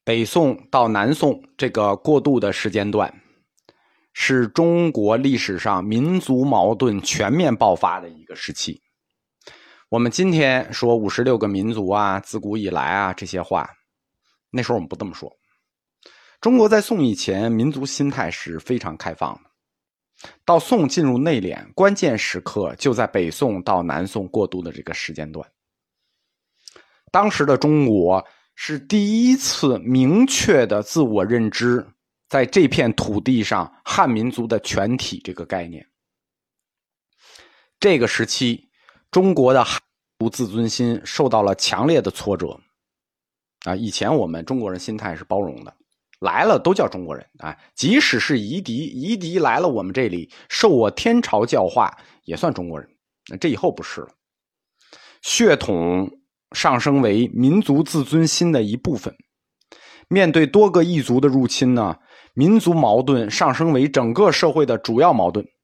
北宋到南宋这个过渡的时间段，是中国历史上民族矛盾全面爆发的一个时期。我们今天说56个民族啊，自古以来啊这些话，那时候我们不这么说。中国在宋以前民族心态是非常开放的，到宋进入内敛，关键时刻就在北宋到南宋过渡的这个时间段。当时的中国是第一次明确的自我认知在这片土地上汉民族的全体这个概念。这个时期中国的汉族自尊心受到了强烈的挫折啊！以前我们中国人心态是包容的，来了都叫中国人啊，即使是夷狄，夷狄来了我们这里受我天朝教化也算中国人。这以后不是了，血统上升为民族自尊心的一部分。面对多个异族的入侵呢，民族矛盾上升为整个社会的主要矛盾。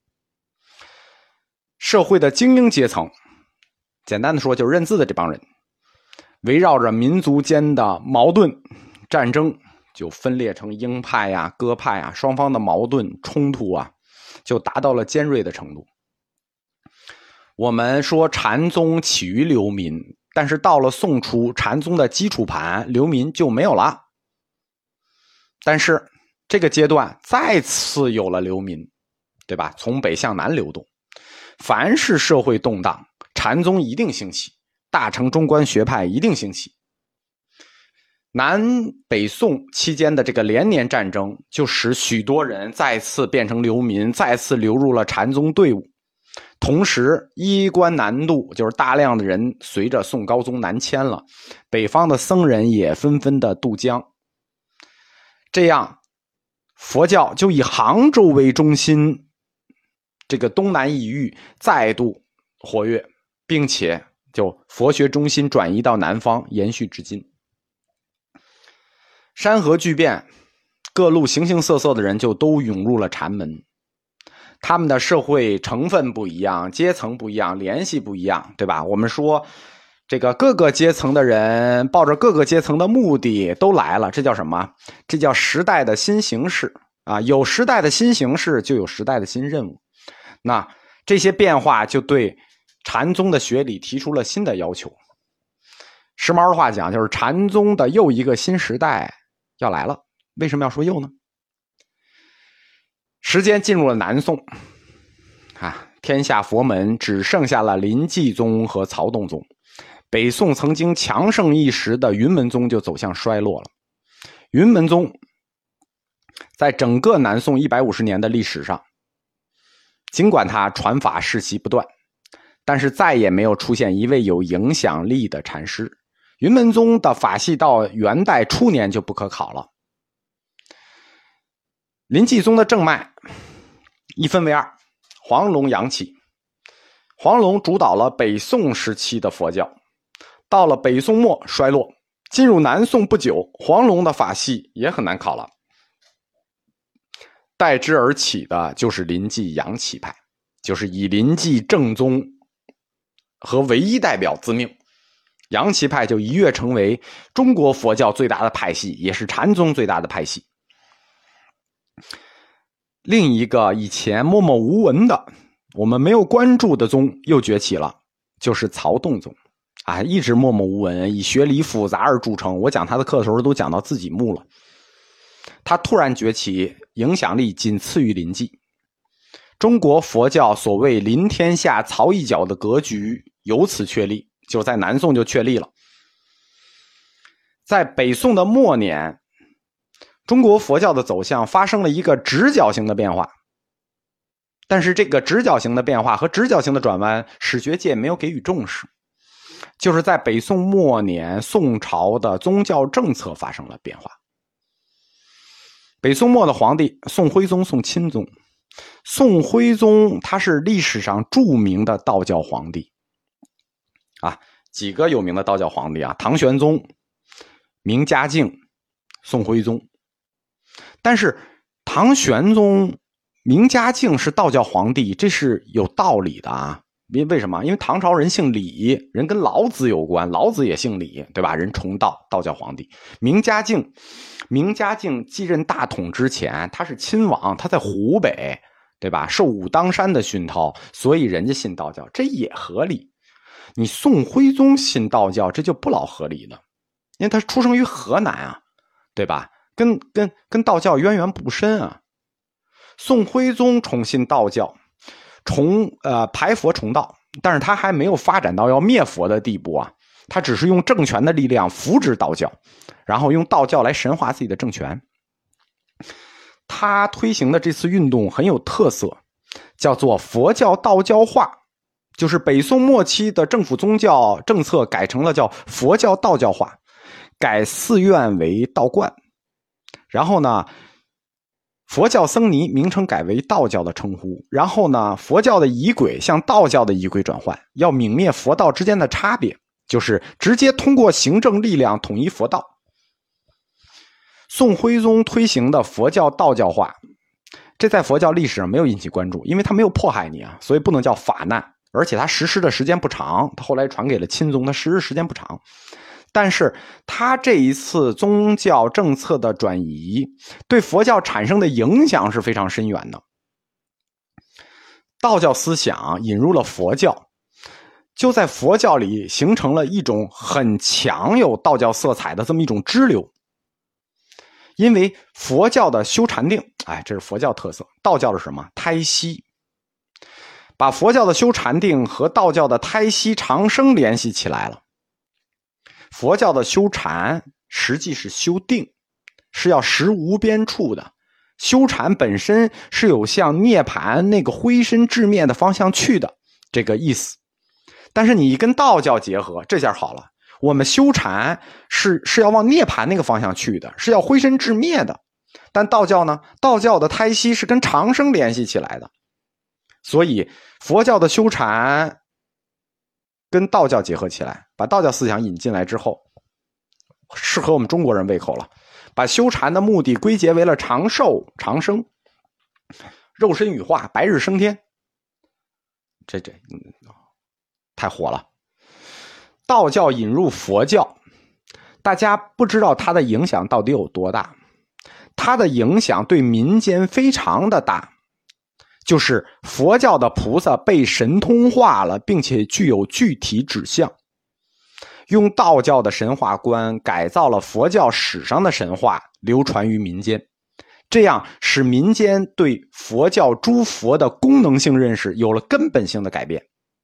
社会的精英阶层，简单的说就是认字的这帮人，围绕着民族间的矛盾战争，就分裂成鹰派啊、鸽派啊，双方的矛盾冲突啊，就达到了尖锐的程度。我们说禅宗起于流民，但是到了宋初，禅宗的基础盘流民就没有了。但是这个阶段再次有了流民，对吧？从北向南流动，凡是社会动荡，禅宗一定兴起，大乘中观学派一定兴起。南北宋期间的这个连年战争，就使许多人再次变成流民，再次流入了禅宗队伍。同时衣冠南渡，就是大量的人随着宋高宗南迁了，北方的僧人也纷纷的渡江。这样佛教就以杭州为中心，这个东南异域再度活跃，并且就佛学中心转移到南方，延续至今。山河巨变，各路形形色色的人就都涌入了禅门。他们的社会成分不一样，阶层不一样，联系不一样，对吧？我们说这个各个阶层的人抱着各个阶层的目的都来了，这叫什么？这叫时代的新形势啊！有时代的新形势，就有时代的新任务。那这些变化就对禅宗的学理提出了新的要求。时髦的话讲，就是禅宗的又一个新时代要来了。为什么要说又呢？时间进入了南宋啊，天下佛门只剩下了临济宗和曹洞宗。北宋曾经强盛一时的云门宗就走向衰落了。云门宗在整个南宋150年的历史上，尽管它传法世袭不断，但是再也没有出现一位有影响力的禅师。云门宗的法系到元代初年就不可考了。临济宗的正脉一分为二，黄龙、杨岐。黄龙主导了北宋时期的佛教，到了北宋末衰落，进入南宋不久，黄龙的法系也很难考了。代之而起的就是临济杨岐派，就是以临济正宗和唯一代表自命。杨岐派就一跃成为中国佛教最大的派系，也是禅宗最大的派系。另一个以前默默无闻的我们没有关注的宗又崛起了，就是曹洞宗啊，一直默默无闻，以学理复杂而著称。我讲他的课的时候都讲到自己木了。他突然崛起，影响力仅次于临济。中国佛教所谓临天下曹一脚的格局由此确立，就在南宋就确立了。在北宋的末年，中国佛教的走向发生了一个直角型的变化，但是这个直角型的变化和直角型的转弯，史学界没有给予重视。就是在北宋末年，宋朝的宗教政策发生了变化。北宋末的皇帝宋徽宗、宋钦宗。宋徽宗他是历史上著名的道教皇帝啊，几个有名的道教皇帝啊，唐玄宗、明嘉靖、宋徽宗。但是唐玄宗、明嘉靖是道教皇帝，这是有道理的啊。 为什么？因为唐朝人姓李，人跟老子有关，老子也姓李，对吧？人崇道，道教皇帝。明嘉靖继任大统之前，他是亲王，他在湖北，对吧？受武当山的熏陶，所以人家信道教，这也合理。你宋徽宗信道教，这就不老合理了，因为他出生于河南啊，对吧？跟道教渊源不深啊。宋徽宗崇信道教，排佛崇道，但是他还没有发展到要灭佛的地步啊，他只是用政权的力量扶植道教，然后用道教来神化自己的政权。他推行的这次运动很有特色，叫做佛教道教化，就是北宋末期的政府宗教政策改成了叫佛教道教化，改寺院为道观，然后呢佛教僧尼名称改为道教的称呼，然后呢佛教的仪轨向道教的仪轨转换，要泯灭佛道之间的差别，就是直接通过行政力量统一佛道。宋徽宗推行的佛教道教化，这在佛教历史上没有引起关注，因为他没有迫害你啊，所以不能叫法难，而且他实施的时间不长，他后来传给了钦宗，他实施时间不长。但是他这一次宗教政策的转移对佛教产生的影响是非常深远的。道教思想引入了佛教，就在佛教里形成了一种很强有道教色彩的这么一种支流。因为佛教的修禅定，这是佛教特色，道教是什么？胎息。把佛教的修禅定和道教的胎息长生联系起来了。佛教的修禅实际是修定，是要识无边处的。修禅本身是有向涅槃那个灰身至灭的方向去的这个意思。但是你跟道教结合，这下好了，我们修禅是要往涅槃那个方向去的，是要灰身至灭的。但道教呢？道教的胎息是跟长生联系起来的。所以佛教的修禅跟道教结合起来，把道教思想引进来之后，适合我们中国人胃口了。把修禅的目的归结为了长寿长生，肉身羽化，白日升天，这太火了。道教引入佛教，大家不知道它的影响到底有多大。它的影响对民间非常的大，就是佛教的菩萨被神通化了，并且具有具体指向。用道教的神话观改造了佛教史上的神话，流传于民间，这样使民间对佛教诸佛的功能性认识有了根本性的改变。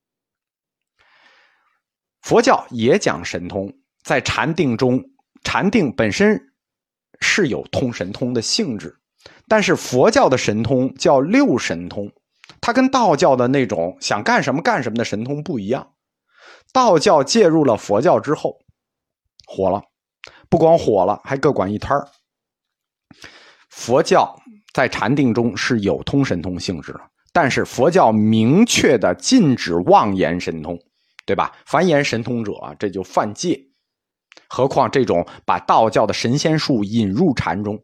佛教也讲神通，在禅定中，禅定本身是有通神通的性质，但是佛教的神通叫六神通，它跟道教的那种想干什么干什么的神通不一样。道教介入了佛教之后火了，不光火了，还各管一摊儿。佛教在禅定中是有通神通性质的，但是佛教明确的禁止妄言神通，对吧？凡言神通者，这就犯戒。何况这种把道教的神仙术引入禅中。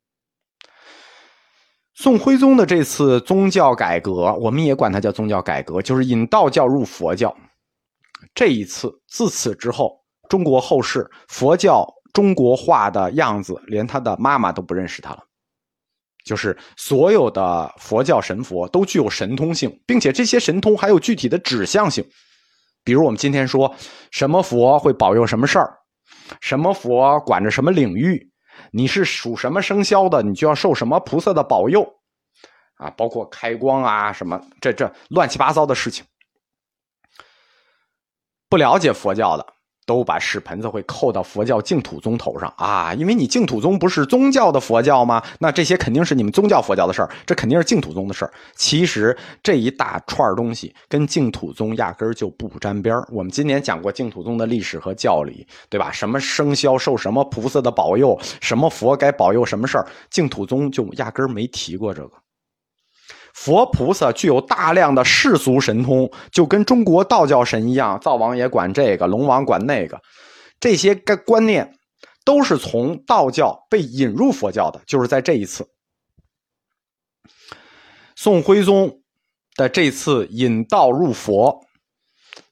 宋徽宗的这次宗教改革，我们也管它叫宗教改革，就是引道教入佛教。这一次，自此之后，中国后世佛教中国化的样子，连他的妈妈都不认识他了。就是所有的佛教神佛都具有神通性，并且这些神通还有具体的指向性。比如我们今天说，什么佛会保佑什么事儿，什么佛管着什么领域，你是属什么生肖的，你就要受什么菩萨的保佑啊，包括开光啊什么，这乱七八糟的事情。不了解佛教的都把屎盆子会扣到佛教净土宗头上啊，因为你净土宗不是宗教的佛教吗？那这些肯定是你们宗教佛教的事儿，这肯定是净土宗的事儿。其实这一大串东西跟净土宗压根儿就不沾边儿。我们今年讲过净土宗的历史和教理，对吧？什么生肖受什么菩萨的保佑，什么佛该保佑什么事儿，净土宗就压根儿没提过这个。佛菩萨具有大量的世俗神通，就跟中国道教神一样，灶王爷管这个，龙王管那个，这些观念都是从道教被引入佛教的，就是在这一次。宋徽宗的这次引道入佛，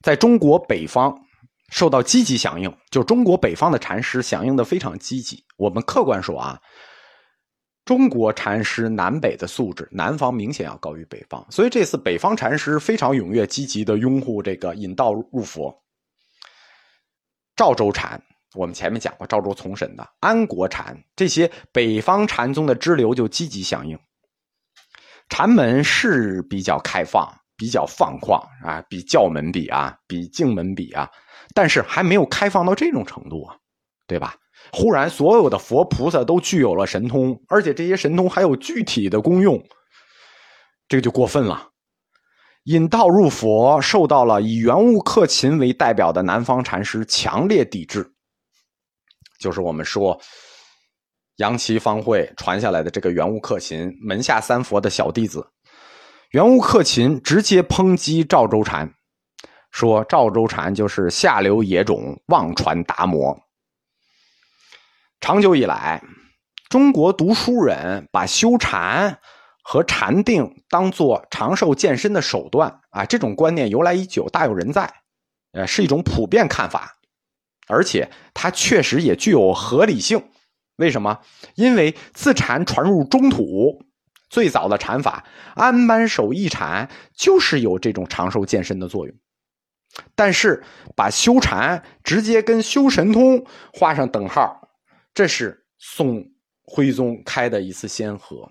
在中国北方受到积极响应，就中国北方的禅师响应的非常积极。我们客观说啊，中国禅师南北的素质，南方明显要高于北方，所以这次北方禅师非常踊跃积极的拥护这个引道入佛。赵州禅我们前面讲过，赵州从审的安国禅，这些北方禅宗的支流就积极响应。禅门是比较开放，比较放旷啊，比教门比啊，比净门比啊，但是还没有开放到这种程度啊，对吧？忽然所有的佛菩萨都具有了神通，而且这些神通还有具体的功用，这个就过分了。引道入佛受到了以圆悟克勤为代表的南方禅师强烈抵制，就是我们说杨岐方会传下来的这个圆悟克勤门下三佛的小弟子。圆悟克勤直接抨击赵州禅，说赵州禅就是下流野种，妄传达摩。长久以来，中国读书人把修禅和禅定当作长寿健身的手段啊，这种观念由来已久，大有人在，是一种普遍看法，而且它确实也具有合理性。为什么？因为自禅传入中土，最早的禅法安般守义禅就是有这种长寿健身的作用。但是把修禅直接跟修神通画上等号，这是宋徽宗开的一次先河。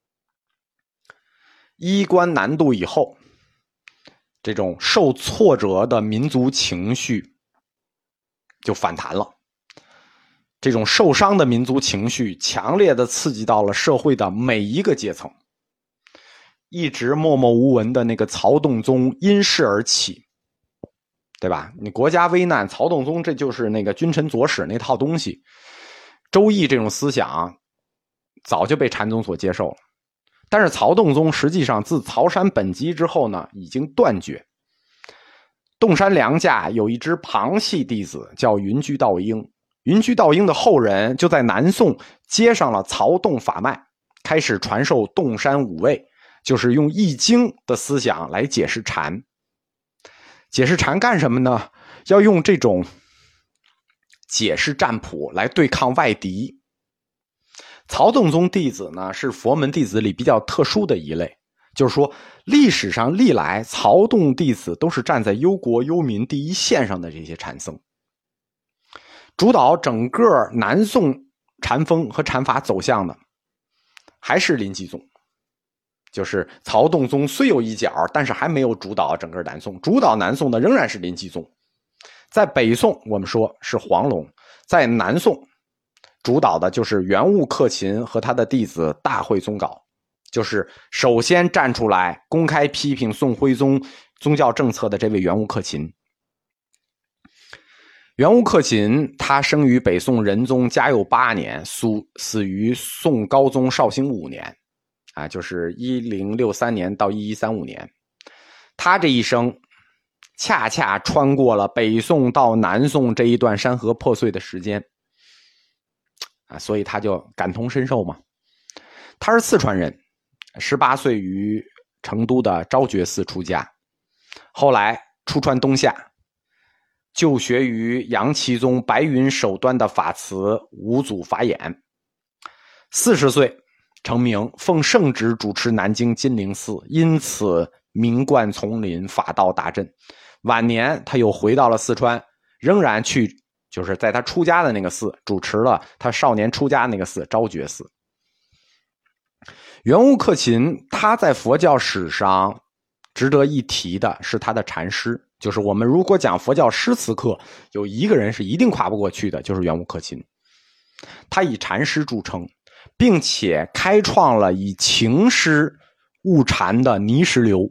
衣冠南渡以后，这种受挫折的民族情绪就反弹了。这种受伤的民族情绪强烈的刺激到了社会的每一个阶层。一直默默无闻的那个曹洞宗因势而起，对吧？你国家危难，曹洞宗这就是那个君臣佐使那套东西。周易这种思想早就被禅宗所接受了，但是曹洞宗实际上自曹山本纪之后呢，已经断绝。洞山良价有一支旁系弟子叫云居道英，云居道英的后人就在南宋接上了曹洞法脉，开始传授洞山五味，就是用易经的思想来解释禅。解释禅干什么呢？要用这种解释占卜来对抗外敌。曹洞宗弟子呢，是佛门弟子里比较特殊的一类，就是说历史上历来曹洞弟子都是站在忧国忧民第一线上的这些禅僧。主导整个南宋禅风和禅法走向的还是临济宗，就是曹洞宗虽有一角，但是还没有主导整个南宋，主导南宋的仍然是临济宗。在北宋我们说是黄龙，在南宋主导的就是圆悟克勤和他的弟子大慧宗杲，就是首先站出来公开批评宋徽宗宗教政策的这位圆悟克勤。圆悟克勤他生于北宋仁宗嘉佑8年，死于宋高宗绍兴5年啊，就是1063年到1135年。他这一生恰恰穿过了北宋到南宋这一段山河破碎的时间啊，所以他就感同身受嘛。他是四川人，18岁于成都的昭觉寺出家，后来出川东下，就学于杨岐宗白云首端的法慈五祖法眼。40岁成名，奉圣旨主持南京金陵寺，因此名冠丛林，法道大振。晚年他又回到了四川，仍然去就是在他出家的那个寺主持了他少年出家那个寺昭觉寺。圆悟克勤他在佛教史上值得一提的是他的禅师，就是我们如果讲佛教诗词课，有一个人是一定跨不过去的，就是圆悟克勤。他以禅师著称，并且开创了以情诗悟禅的泥石流。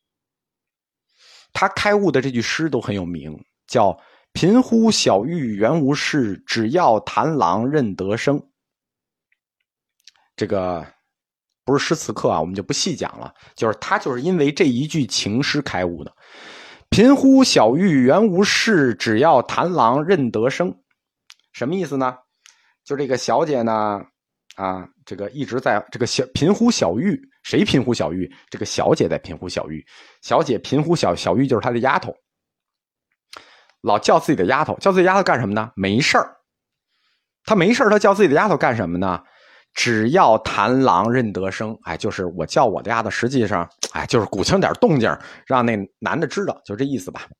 他开悟的这句诗都很有名，叫贫乎小玉原无事，只要谈郎认得生。这个不是诗词课啊，我们就不细讲了，就是他就是因为这一句情诗开悟的。贫乎小玉原无事，只要谈郎认得生。什么意思呢？就这个小姐呢啊，这个一直在这个贫乎小玉，谁贫乎小玉？这个小姐在贫乎小玉，小姐贫乎小玉就是她的丫头。 老叫自己的丫头，叫自己丫头干什么呢？没事儿。他没事儿，他叫自己的丫头干什么呢？只要谈郎认得声，哎，就是我叫我的丫头，实际上，哎，就是鼓清点动静，让那男的知道，就这意思吧。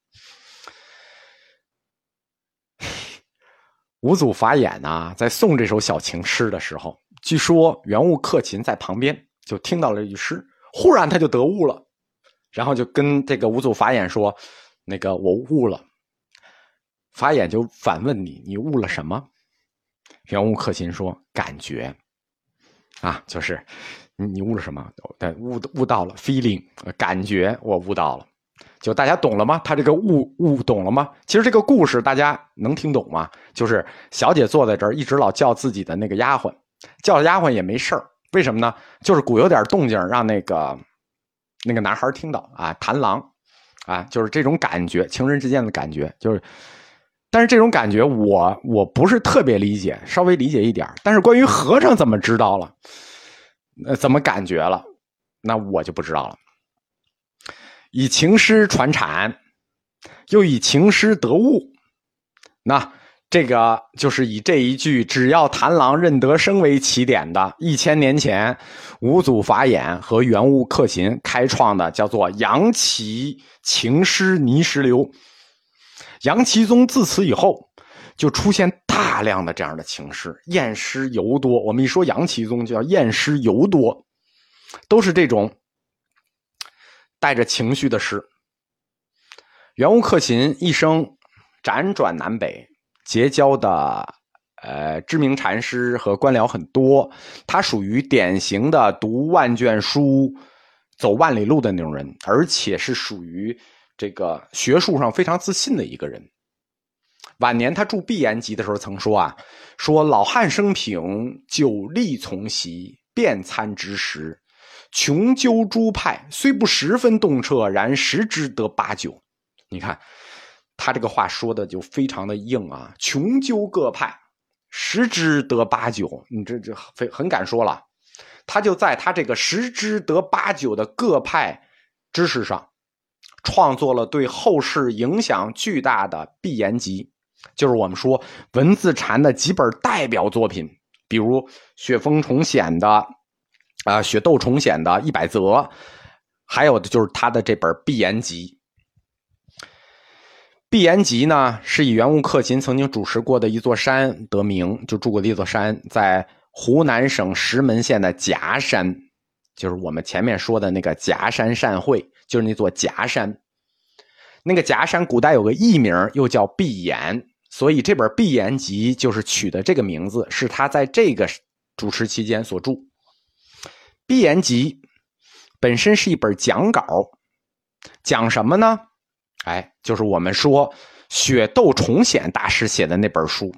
五祖法眼呢，在诵这首小情诗的时候，据说圆悟克勤在旁边就听到了一句诗，忽然他就得悟了，然后就跟这个五祖法眼说：“那个我悟了。”法眼就反问你悟了什么？圆悟克勤说：“感觉。”啊，就是你悟了什么？悟到了 feeling， 感觉我悟到了。就大家懂了吗？他这个悟懂了吗？其实这个故事大家能听懂吗？就是小姐坐在这儿，一直老叫自己的那个丫鬟，叫丫鬟也没事儿，为什么呢？就是鼓有点动静，让那个男孩听到啊，谈郎啊，就是这种感觉，情人之间的感觉，就是。但是这种感觉我不是特别理解，稍微理解一点。但是关于和尚怎么知道了，怎么感觉了，那我就不知道了。以情诗传禅，又以情诗得悟，那这个就是以这一句只要谈郎认得声为起点的1000年前五祖法眼和圆悟克勤开创的叫做杨岐情诗泥石流。杨岐宗自此以后就出现大量的这样的情诗，艳诗尤多。我们一说杨岐宗就叫艳诗尤多，都是这种带着情绪的诗。圆悟克勤一生辗转南北，结交的知名禅师和官僚很多，他属于典型的读万卷书走万里路的那种人，而且是属于这个学术上非常自信的一个人。晚年他著《碧岩集》的时候曾说啊，说老汉生平久历从习，遍参之时，穷究诸派，虽不十分洞彻，然识之得8九。你看他这个话说的就非常的硬啊，穷究各派，识之得8九，你这很敢说了。他就在他这个识之得8九的各派知识上创作了对后世影响巨大的《碧岩集》，就是我们说文字禅的几本代表作品，比如雪峰重显的雪窦重显的100则，还有的就是他的这本《碧岩集》。《碧岩集》呢，是以圆悟克勤曾经主持过的一座山得名，就住过的一座山，在湖南省石门县的夹山，就是我们前面说的那个夹山善会，就是那座夹山。那个夹山古代有个艺名，又叫碧岩，所以这本《碧岩集》就是取的这个名字，是他在这个主持期间所著。《碧岩集》本身是一本讲稿，讲什么呢？哎，就是我们说雪窦重显大师写的那本书。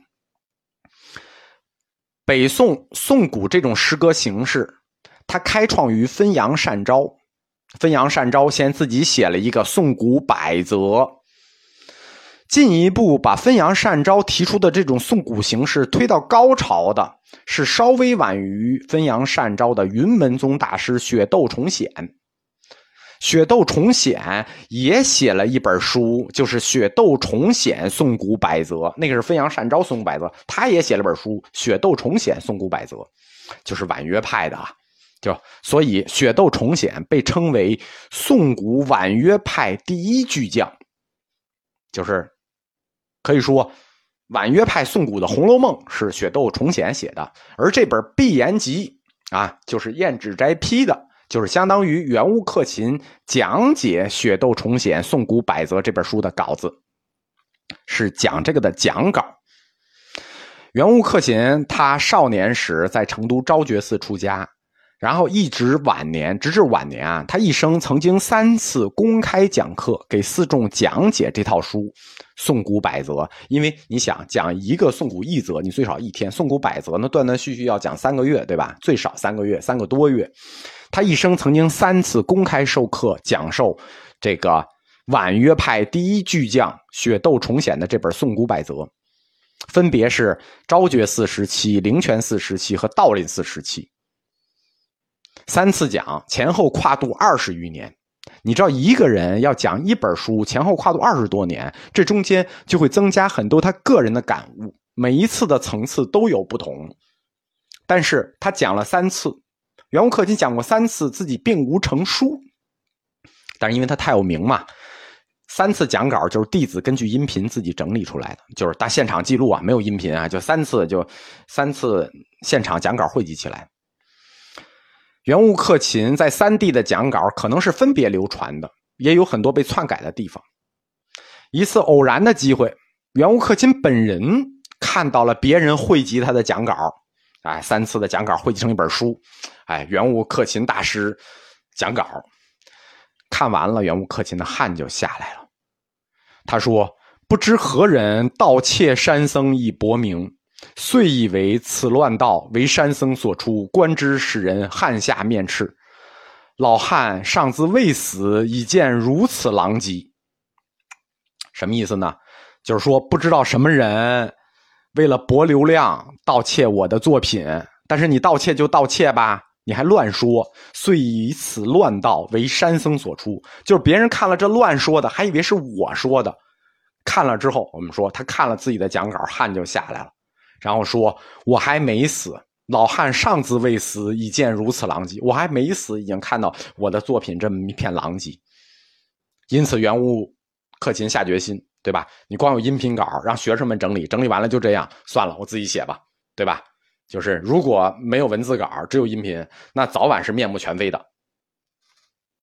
北宋宋古这种诗歌形式，它开创于汾阳善昭。汾阳善昭先自己写了一个宋古100则，进一步把汾阳善昭提出的这种宋古形式推到高潮的是稍微晚于汾阳善昭的云门宗大师雪窦重显。雪窦重显也写了一本书，就是雪窦重显宋古100则，那个是汾阳善昭宋古100则，他也写了本书雪窦重显宋古100则，就是婉约派的啊。所以雪窦重显被称为宋古婉约派第一巨匠，就是可以说婉约派宋古的《红楼梦》是雪窦重显写的，而这本《碧岩集》啊，就是燕指斋批的，就是相当于圆悟克勤讲解雪窦重显宋古100则这本书的稿子，是讲这个的讲稿。圆悟克勤他少年时在成都昭觉寺出家，然后一直晚年，直至晚年啊，他一生曾经3次公开讲课，给四众讲解这套书宋古100则。因为你想讲一个宋古1则，你最少1天；宋古100则，那断断续续要讲3个月，对吧？最少3个月，3个多月。他一生曾经3次公开授课，讲授这个婉约派第一巨匠雪窦重显的这本宋古100则，分别是昭觉寺时期、灵泉寺时期和道林寺时期。3次讲，前后跨度20余年。 你知道一个人要讲一本书，前后跨度20多年，这中间就会增加很多他个人的感悟，每一次的层次都有不同。但是他讲了3次，圆悟克勤讲过3次，自己并无成书。但是因为他太有名嘛，3次讲稿就是弟子根据音频自己整理出来的，就是大现场记录啊，没有音频啊，就3次现场讲稿汇集起来。圆悟克勤在3地的讲稿可能是分别流传的，也有很多被篡改的地方。一次偶然的机会，圆悟克勤本人看到了别人汇集他的讲稿，3次的讲稿汇集成一本书，圆悟克勤大师讲稿。看完了，圆悟克勤的汗就下来了。他说：“不知何人盗窃山僧以博名，遂以为此乱道为山僧所出，观之使人汗下面赤。老汉尚自未死，已见如此狼藉。”什么意思呢？就是说不知道什么人为了博流量盗窃我的作品，但是你盗窃就盗窃吧，你还乱说，遂以此乱道为山僧所出，就是别人看了这乱说的，还以为是我说的。看了之后，我们说他看了自己的讲稿，汗就下来了，然后说：“我还没死，老汉尚自未死，已见如此狼藉。我还没死，已经看到我的作品这么一片狼藉。”因此，圆悟克勤下决心，对吧？你光有音频稿，让学生们整理，整理完了就这样，算了，我自己写吧，对吧？就是如果没有文字稿，只有音频，那早晚是面目全非的。